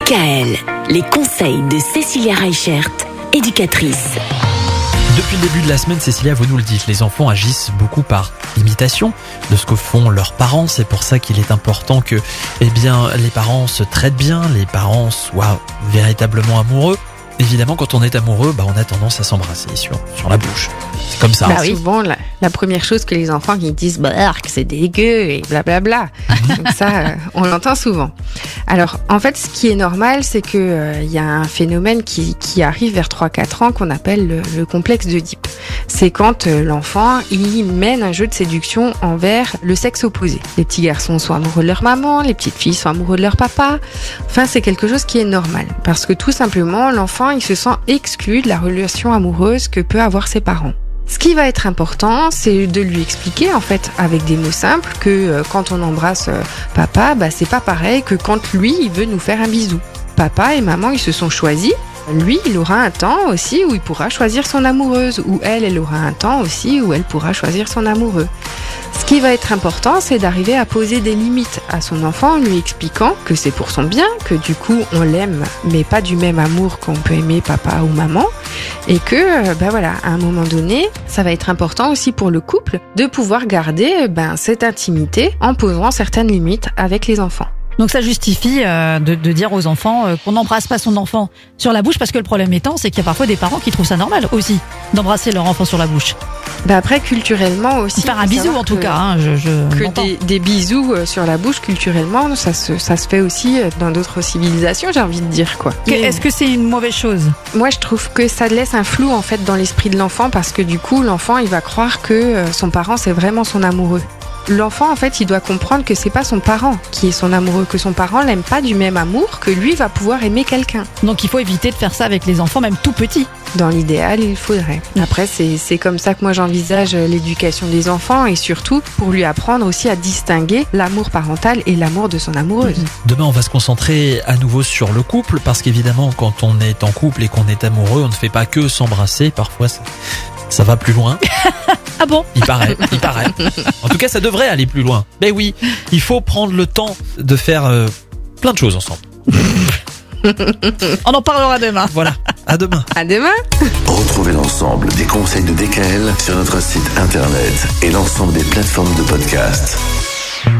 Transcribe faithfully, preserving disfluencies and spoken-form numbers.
D K L, les conseils de Cécilia Reichert, éducatrice. Depuis le début de la semaine, Cécilia, vous nous le dites, les enfants agissent beaucoup par imitation de ce que font leurs parents. C'est pour ça qu'il est important que eh bien, les parents se traitent bien, les parents soient véritablement amoureux. Évidemment, quand on est amoureux, bah, on a tendance à s'embrasser sur, sur la bouche. C'est comme ça. Bah oui. Souvent, la, la première chose que les enfants ils disent, bah, que c'est dégueu et blablabla. Donc ça, euh, on l'entend souvent. Alors, en fait, ce qui est normal, c'est que euh, y a un phénomène qui, qui arrive vers trois quatre ans qu'on appelle le, le complexe d'Oedipe. C'est quand euh, l'enfant, il mène un jeu de séduction envers le sexe opposé. Les petits garçons sont amoureux de leur maman, les petites filles sont amoureux de leur papa. Enfin, c'est quelque chose qui est normal. Parce que tout simplement, l'enfant, il se sent exclu de la relation amoureuse que peut avoir ses parents. Ce qui va être important, c'est de lui expliquer, en fait, avec des mots simples, que euh, quand on embrasse euh, papa, bah, c'est pas pareil que quand lui, il veut nous faire un bisou. Papa et maman, ils se sont choisis. Lui, il aura un temps aussi où il pourra choisir son amoureuse, ou elle, elle aura un temps aussi où elle pourra choisir son amoureux. Ce qui va être important, c'est d'arriver à poser des limites à son enfant en lui expliquant que c'est pour son bien, que du coup on l'aime, mais pas du même amour qu'on peut aimer papa ou maman, et que, ben voilà, à un moment donné, ça va être important aussi pour le couple de pouvoir garder ben, cette intimité en posant certaines limites avec les enfants. Donc ça justifie euh, de, de dire aux enfants euh, qu'on n'embrasse pas son enfant sur la bouche, parce que le problème étant, c'est qu'il y a parfois des parents qui trouvent ça normal aussi d'embrasser leur enfant sur la bouche. Bah après, culturellement aussi. Faire un bisou en tout que, cas. Hein, je, je que des, des bisous sur la bouche, culturellement, ça se, ça se fait aussi dans d'autres civilisations, j'ai envie de dire quoi. Que, est-ce que c'est une mauvaise chose ? Moi, je trouve que ça laisse un flou en fait dans l'esprit de l'enfant, parce que du coup, l'enfant, il va croire que son parent, c'est vraiment son amoureux. L'enfant, en fait, il doit comprendre que c'est pas son parent qui est son amoureux, que son parent l'aime pas du même amour que lui va pouvoir aimer quelqu'un. Donc il faut éviter de faire ça avec les enfants, même tout petits. Dans l'idéal, il faudrait. Après, c'est, c'est comme ça que moi j'envisage l'éducation des enfants, et surtout pour lui apprendre aussi à distinguer l'amour parental et l'amour de son amoureuse. Demain, on va se concentrer à nouveau sur le couple, parce qu'évidemment, quand on est en couple et qu'on est amoureux, on ne fait pas que s'embrasser. Parfois, ça, ça va plus loin. Ah bon ? Il paraît, il paraît. En tout cas, ça devrait aller plus loin. Ben oui, il faut prendre le temps de faire euh, plein de choses ensemble. On en parlera demain. Voilà, à demain. À demain. Retrouvez l'ensemble des conseils de D K L sur notre site internet et l'ensemble des plateformes de podcast.